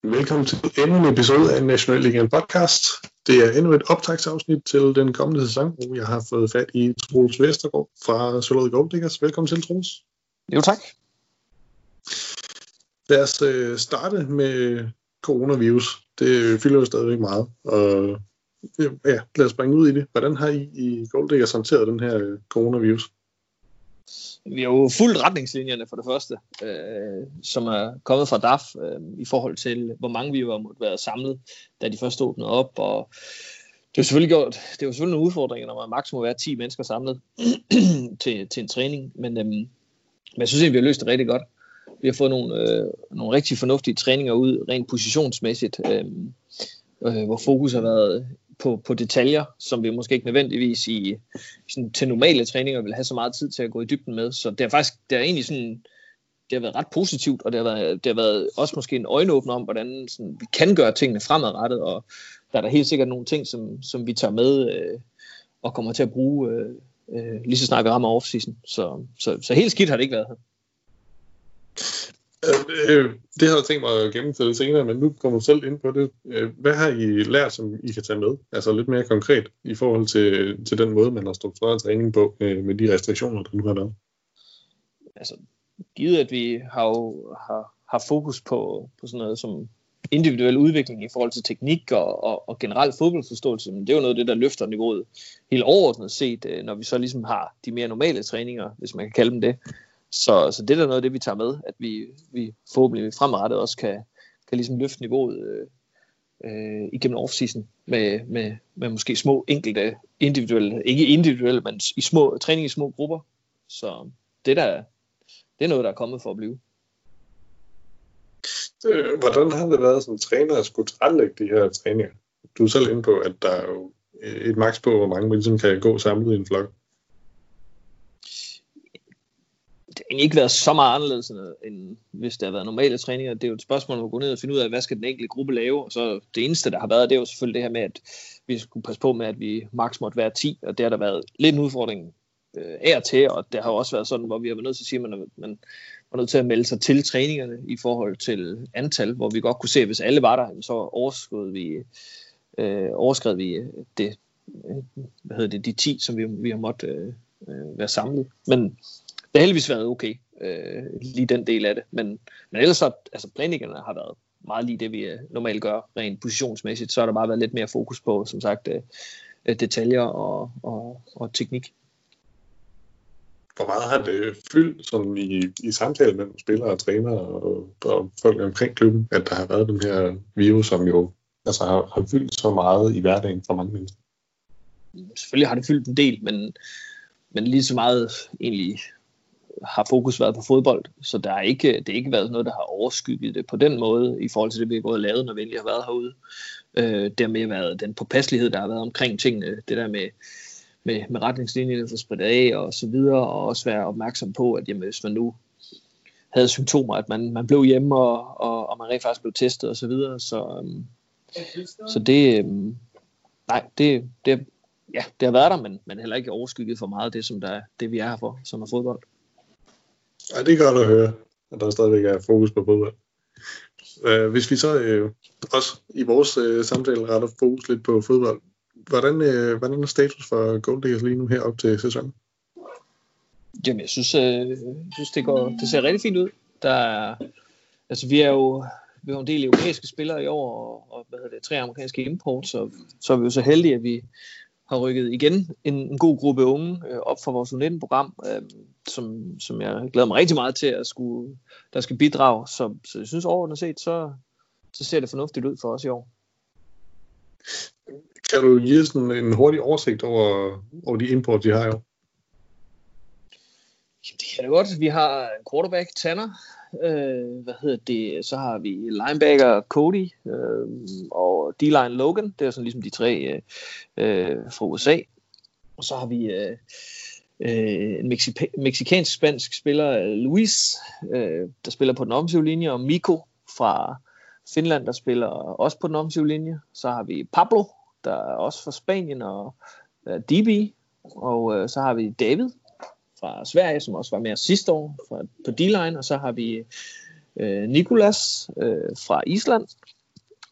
Velkommen til endnu en episode af National Ligaen podcast. Det er endnu et optagsafsnit til den kommende sæson, hvor jeg har fået fat i Troels Vestergaard fra Søllerød Gold Diggers. Velkommen til, Troels. Jo, tak. Lad os starte med coronavirus. Det fylder jo stadigvæk meget. Og ja, lad os springe ud i det. Hvordan har I Gold Diggers håndteret den her coronavirus? Vi har jo fulgt retningslinjerne for det første, som er kommet fra DAF i forhold til, hvor mange vi var måtte være samlet, da de først åbnede op. Og det er selvfølgelig en udfordring, når man maks må være 10 mennesker samlet til en træning. Men jeg synes egentlig, vi har løst det rigtig godt. Vi har fået nogle rigtig fornuftige træninger ud, rent positionsmæssigt, hvor fokus har været på detaljer, som vi måske ikke nødvendigvis til normale træninger vil have så meget tid til at gå i dybden med. Så det er egentlig sådan, det har været ret positivt, og det har været også måske en øjenåbner om, hvordan sådan, vi kan gøre tingene fremadrettet, og der er der helt sikkert nogle ting, som vi tager med og kommer til at bruge lige så snart vi rammer off-season. Så helt skidt har det ikke været her. Det har jeg tænkt mig at gennemføre senere, men nu kommer du selv ind på det. Hvad har I lært, som I kan tage med? Altså lidt mere konkret i forhold til den måde, man har struktureret træning på med de restriktioner, der nu har været. Altså, givet at vi har fokus på sådan noget som individuel udvikling i forhold til teknik og generel fodboldforståelse, men det er jo noget af det, der løfter niveauet helt overordnet set, når vi så ligesom har de mere normale træninger, hvis man kan kalde dem det. Så det er der noget af det, vi tager med, at vi forhåbentlig fremadrettet også kan ligesom løfte niveauet igennem off-season med måske små enkelte individuelle, ikke individuelle, men træning i små grupper. Så det er noget, der er kommet for at blive. Hvordan har det været som træner at skulle tilrettelægge de her træninger? Du er selv inde på, at der er jo et maks på, hvor mange man ligesom kan gå samlet i en flok. Det har ikke været så meget anderledes, end hvis der har været normale træninger. Det er jo et spørgsmål om at gå ned og finde ud af, hvad skal den enkelte gruppe lave. Og så det eneste, der har været, det er jo selvfølgelig det her med, at vi skulle passe på med, at vi maks måtte være 10. Og det har der været lidt en udfordring af og til. Og det har jo også været sådan, hvor vi har været nødt til at sige, at man var nødt til at melde sig til træningerne i forhold til antal. Hvor vi godt kunne se, at hvis alle var der, så overskred vi de 10, som vi har måttet være samlet. Men det har heldigvis været okay, lige den del af det. Men ellers så, altså planlæggerne har været meget lige det, vi normalt gør, rent positionsmæssigt. Så har der bare været lidt mere fokus på, som sagt, detaljer og teknik. Hvor meget har det fyldt sådan i samtale mellem spillere og trænere og folk omkring klubben, at der har været den her virus, som jo altså har fyldt så meget i hverdagen for mange mennesker? Selvfølgelig har det fyldt en del, men lige så meget egentlig har fokus været på fodbold, så det har ikke været noget, der har overskygget det på den måde, i forhold til det, vi har gået og lavet, når vi endelig har været herude. Dermed været den påpasselighed, der har været omkring tingene, det der med retningslinjerne for spredt af og så videre, og også være opmærksom på, at jamen, hvis man nu havde symptomer, at man blev hjemme, og man rent faktisk blev testet og så videre, så det, det har været der, men heller ikke overskygget for meget det vi er her for, som er fodbold. Ja, det er godt at høre, at der stadigvæk er fokus på fodbold. Hvis vi så også i vores samtale retter fokus lidt på fodbold, hvordan er status for Gold Diggers lige nu her op til sæsonen? Jamen, jeg synes det ser rigtig fint ud. Vi har jo en del europæiske spillere i år, og 3 amerikanske import, så er vi jo så heldige, at vi har rykket igen en god gruppe unge op for vores U19-program, som jeg glæder mig rigtig meget til, der skal bidrage. Så jeg synes overordnet set, så ser det fornuftigt ud for os i år. Kan du give sådan en hurtig oversigt over de import, de har jo? Det kan det godt. Vi har en quarterback, Tanner. Så har vi linebacker Cody og D-line Logan. Det er sådan ligesom de 3 fra USA. Og så har vi en mexikansk-spansk spiller, Luis, der spiller på den offensive linje, og Miko fra Finland, der spiller også på den offensive linje. Så har vi Pablo, der er også fra Spanien, og DB. Og så har vi David fra Sverige, som også var med sidste år på D-line, og så har vi Nikolas fra Island,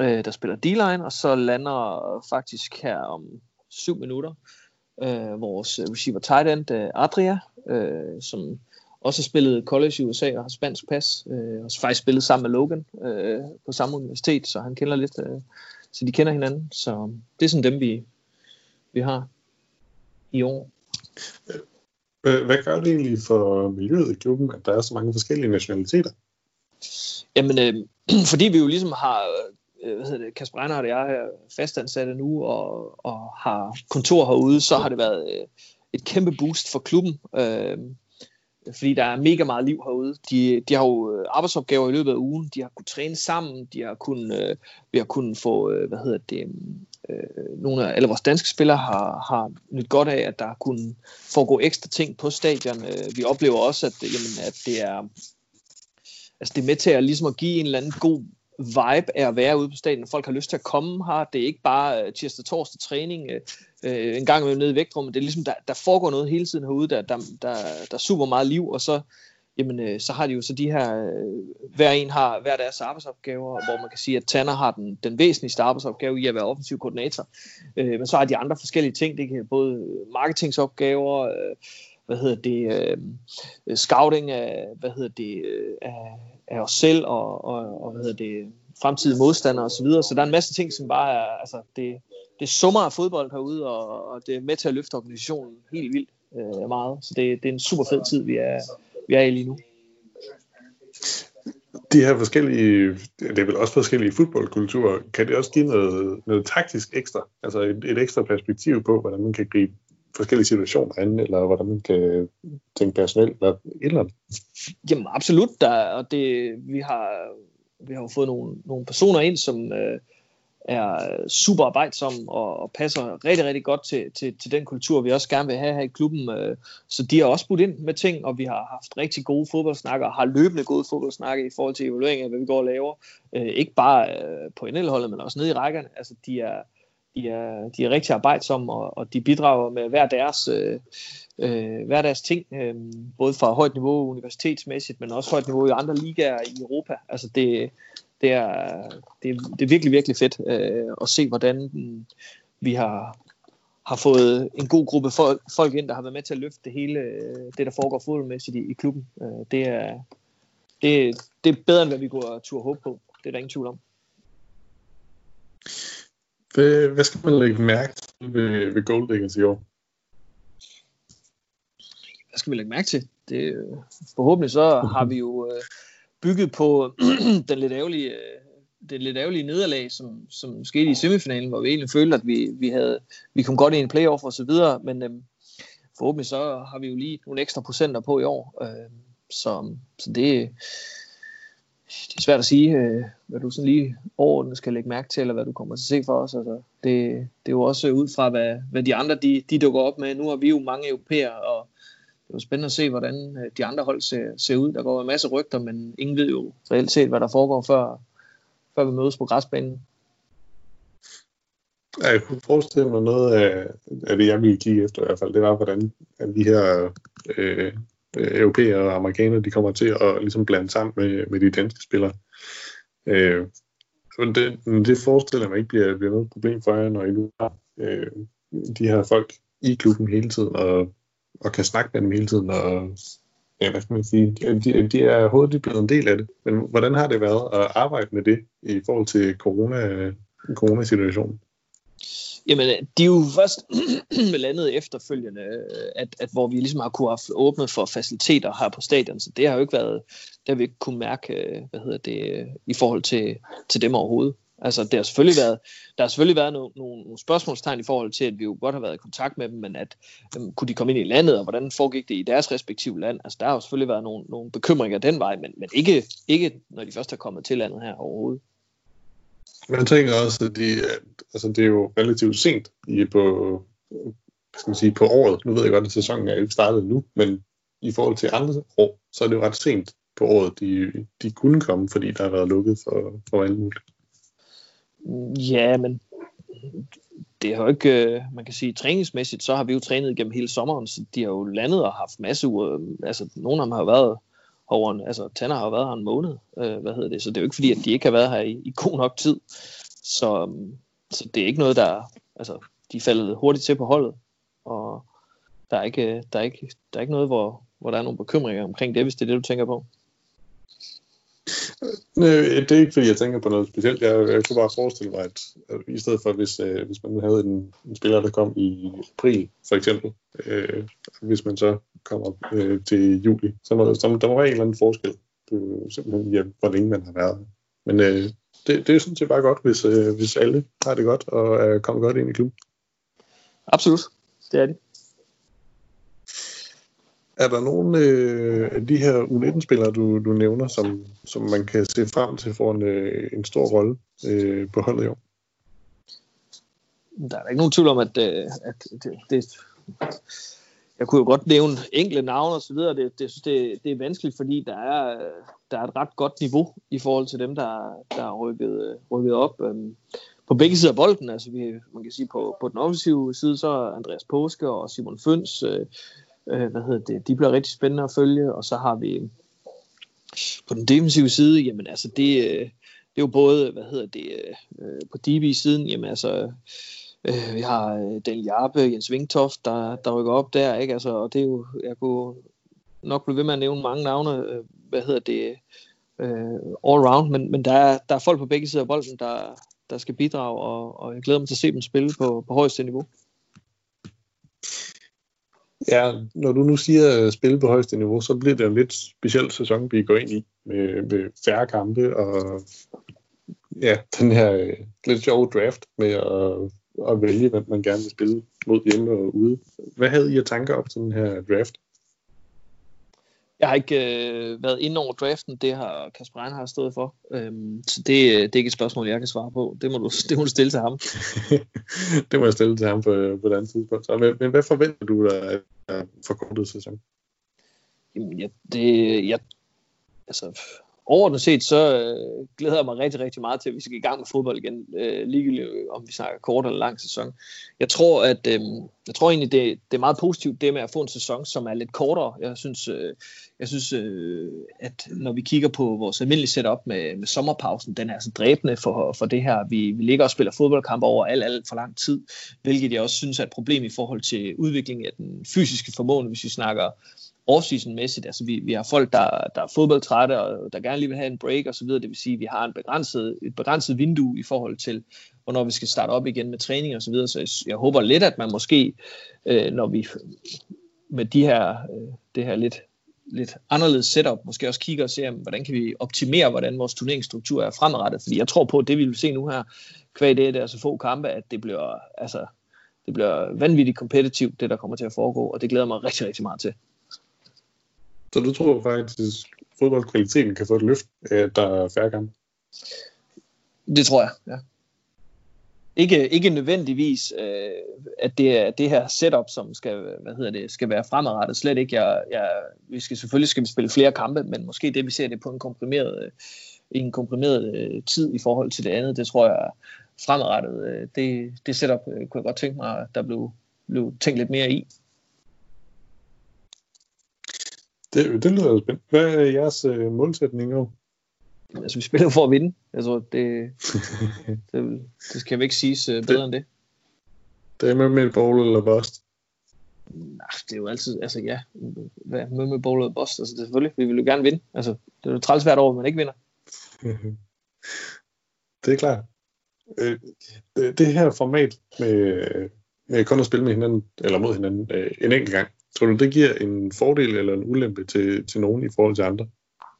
der spiller D-line, og så lander faktisk her om 7 minutter vores receiver tight end Adria, som også har spillet college i USA og har spansk pas, og faktisk spillet sammen med Logan på samme universitet, så han kender lidt, så de kender hinanden. Så det er sådan dem, vi har i år. Hvad gør det egentlig for miljøet i klubben, at der er så mange forskellige nationaliteter? Jamen, fordi vi jo ligesom har, Kasper Reinhardt og jeg er fastansatte nu, og har kontor herude, så har det været et kæmpe boost for klubben, fordi der er mega meget liv herude. De har jo arbejdsopgaver i løbet af ugen, de har kunnet træne sammen, vi har kunnet få, nogle af alle vores danske spillere har nyt godt af, at der kunne foregå ekstra ting på stadion. Vi oplever også, at det er med til at, ligesom at give en eller anden god vibe af at være ude på stadion. Folk har lyst til at komme her. Det er ikke bare tirsdag-torsdag træning en gang imellem nede i vægtrummet. Det er ligesom, der foregår noget hele tiden herude. Der er super meget liv, og så har de jo så de her, hver en har hver deres arbejdsopgaver, hvor man kan sige, at Tanner har den væsentligste arbejdsopgave i at være offensiv koordinator. Men så har de andre forskellige ting. Det kan både marketingsopgaver, scouting af af os selv og fremtidige modstandere og så videre. Så der er en masse ting, som bare er, altså det summer af fodbold herude, og det er med til at løfte organisationen helt vildt meget. Så det er en super fed tid, vi er i lige nu. De her forskellige, det er vel også forskellige fodboldkulturer, kan det også give noget taktisk ekstra, altså et ekstra perspektiv på, hvordan man kan gribe forskellige situationer an, eller hvordan man kan tænke personelt, eller et eller andet? Jamen absolut, vi har jo fået nogle personer ind, som er super arbejdsomme og passer rigtig, rigtig godt til den kultur, vi også gerne vil have her i klubben. Så de har også budt ind med ting, og vi har haft rigtig gode fodboldsnakker, og har løbende gode fodboldsnakker i forhold til evaluering af, hvad vi går og laver. Ikke bare på NL-holdet, men også nede i rækkerne. Altså, de er rigtig arbejdsomme, og de bidrager med hver deres ting, både fra højt niveau universitetsmæssigt, men også højt niveau i andre ligaer i Europa. Altså det er virkelig, virkelig fedt at se, hvordan vi har fået en god gruppe folk ind, der har været med til at løfte det hele, det der foregår fodboldmæssigt i klubben. Det er bedre, end hvad vi går tur håbe på. Det er der ingen tvivl om. Hvad skal man lægge mærke til ved Gold Diggers i år? Hvad skal vi lægge mærke til? Forhåbentlig så har vi jo bygget på den lidt ærgerlige nederlag, som skete i semifinalen, hvor vi egentlig følte, at vi kom godt ind i en playoff og så videre, men forhåbentlig så har vi jo lige nogle ekstra procenter på i år, så det er svært at sige, hvad du sådan lige overordnet skal lægge mærke til, eller hvad du kommer til at se for os. Altså, det er jo også ud fra, hvad de andre de dukker op med. Nu har vi jo mange europæer, og det er jo spændende at se, hvordan de andre hold ser ud. Der går en masse rygter, men ingen ved jo reelt set, hvad der foregår, før vi mødes på græsplænen. Ja, jeg kunne forestille mig noget af det, jeg ville kigge efter i hvert fald. Det var, hvordan de her europæere og amerikanere, de kommer til at ligesom blande sammen med de danske spillere. Det forestiller mig ikke bliver noget problem for jer, når I nu har de her folk i klubben hele tiden, og kan snakke med dem hele tiden, og ja, hvad skal man sige, de er hurtigt blevet en del af det. Men hvordan har det været at arbejde med det i forhold til coronasituationen? Jamen, de er jo først landet efterfølgende, at hvor vi ligesom har kunne have åbnet for faciliteter her på stadion, så det har jo ikke været, det har vi ikke kunne mærke, i forhold til dem overhovedet. Altså, der har selvfølgelig været nogle spørgsmålstegn i forhold til, at vi jo godt har været i kontakt med dem, men at kunne de komme ind i landet, og hvordan foregik det i deres respektive land? Altså, der har jo selvfølgelig været nogle bekymringer den vej, men ikke når de først er kommet til landet her overhovedet. Man tænker også, at det er jo relativt sent på året. Nu ved jeg godt, at sæsonen er jo ikke startet nu, men i forhold til andre år, så er det jo ret sent på året, de kunne komme, fordi der har været lukket for alt muligt. Ja, men det har jo ikke, man kan sige, træningsmæssigt, så har vi jo trænet gennem hele sommeren, så de har jo landet og haft masse uger. Altså, nogle af dem har været over, altså Tanner har været her en måned, så det er jo ikke fordi, at de ikke har været her i god nok tid. Så det er ikke noget, altså, de falder hurtigt til på holdet, og der er ikke noget, hvor der er nogle bekymringer omkring det, hvis det er det, du tænker på. Nej, det er ikke fordi jeg tænker på noget specielt. Jeg kunne bare forestille mig, at i stedet for hvis man havde en spiller, der kom i april for eksempel, hvis man så kommer til juli, så der må være en eller anden forskel på simpelthen hvor længe man har været. Men det er sådan set bare godt, hvis alle har det godt og er kommet godt ind i klubben. Absolut, det er det. Er der nogle af de her U19-spillere, du nævner, som man kan se frem til for en stor rolle på holdet i år? Der er ikke nogen tvivl om, at det jeg kunne jo godt nævne enkelte navne og så videre. Det er vanskeligt, fordi der er et ret godt niveau i forhold til dem, der er rykket op. På begge sider af bolden, altså man kan sige på den offensive side, så er Andreas Påske og Simon Føns, de bliver rigtig spændende at følge, og så har vi på den defensive side, jamen altså det er jo både, på DB-siden, jamen altså vi har Daniel Jarpe, Jens Vingtoft, der rykker op der, ikke? Altså, og det er jo, jeg kunne nok blive ved med at nævne mange navne, all round, men der er folk på begge sider af bolden, der skal bidrage, og jeg glæder mig til at se dem spille på højeste niveau. Ja, når du nu siger spille på højeste niveau, så bliver det en lidt speciel sæson, vi går ind i, med færre kampe, og ja, den her lidt sjove draft med at vælge, hvem man gerne vil spille mod hjemme og ude. Hvad havde I af tanker op til den her draft? Jeg har ikke været inde over draften, det har Kasper Reinhardt stået for, så det er ikke et spørgsmål, jeg kan svare på. Det må du stille til ham. Det må jeg stille til ham på et andet tidspunkt. Men hvad forventer du af forkortet sæson? Jamen, overordnet set, så glæder jeg mig rigtig, rigtig meget til, at vi skal i gang med fodbold igen, ligegyldigt om vi snakker kort eller lang sæson. Jeg tror egentlig, det er meget positivt, det med at få en sæson, som er lidt kortere. Jeg synes, at når vi kigger på vores almindelige setup med sommerpausen, den er altså dræbende for det her. Vi ligger og spiller fodboldkampe over alt for lang tid, hvilket jeg også synes er et problem i forhold til udviklingen af den fysiske formåen, hvis vi snakker off-season-mæssigt. Altså vi har folk, der er fodboldtrætte og der gerne lige vil have en break og så videre. Det vil sige, at vi har et begrænset vindue i forhold til, hvornår vi skal starte op igen med træning og så videre. Så jeg håber lidt, at man måske, når vi med det her lidt anderledes setup, måske også kigger og ser, hvordan kan vi optimere, hvordan vores turneringsstruktur er fremadrettet. Fordi jeg tror på, at det vi vil se nu her, kvad det er så få kampe, at det bliver vanvittigt kompetitivt, det der kommer til at foregå, og det glæder mig rigtig, rigtig meget til. Så du tror faktisk, at fodboldkvaliteten kan få et løft, der er færre kampe? Det tror jeg, ja. Ikke nødvendigvis, at det er det her setup, som skal være fremadrettet. Slet ikke. Selvfølgelig skal vi spille flere kampe, men måske det, vi ser det på en komprimeret tid i forhold til det andet, det tror jeg fremadrettet. Det setup kunne jeg godt tænke mig, at der blev tænkt lidt mere i. Det lyder jo spændende. Hvad er jeres målsætning nu? Altså, vi spiller for at vinde. Altså, det skal vi ikke siges bedre end det. Det er med bowl eller bust? Nej, det er jo altid, altså ja, med bowl eller bust. Altså, det er selvfølgelig, vi vil jo gerne vinde. Altså, det er jo træls hvert år, man ikke vinder. Det er klart. Det her format med kun at spille med hinanden, eller mod hinanden en enkelt gang, tror du, det giver en fordel eller en ulempe til nogen i forhold til andre?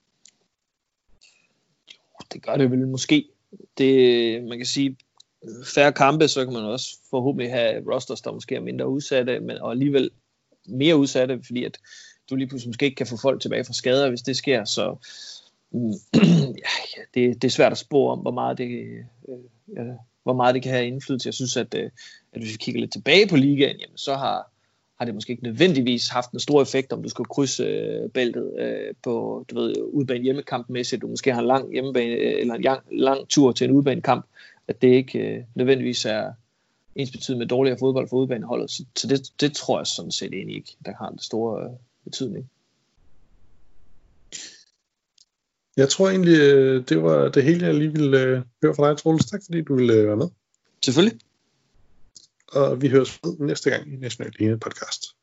Det gør det vel måske. Man kan sige, færre kampe, så kan man også forhåbentlig have rosters, der måske er mindre udsatte, og alligevel mere udsatte, fordi at du lige pludselig måske ikke kan få folk tilbage fra skader, hvis det sker. Så det er svært at spå om, hvor meget det kan have indflydelse. Jeg synes, at hvis vi kigger lidt tilbage på ligaen, jamen, så har det måske ikke nødvendigvis haft en stor effekt, om du skulle krydse bæltet på, udebane hjemmekampmæssigt. Du måske har en lang hjemmebane, eller en lang tur til en udebanekamp, at det ikke nødvendigvis er ensbetydende med dårligere fodbold for udebaneholdet. Så det tror jeg sådan set egentlig ikke, der har en stor betydning. Jeg tror egentlig, det var det hele, jeg lige ville høre fra dig, Troels. Tak fordi du ville være med. Selvfølgelig. Og vi høres ved næste gang i National Liga Podcast.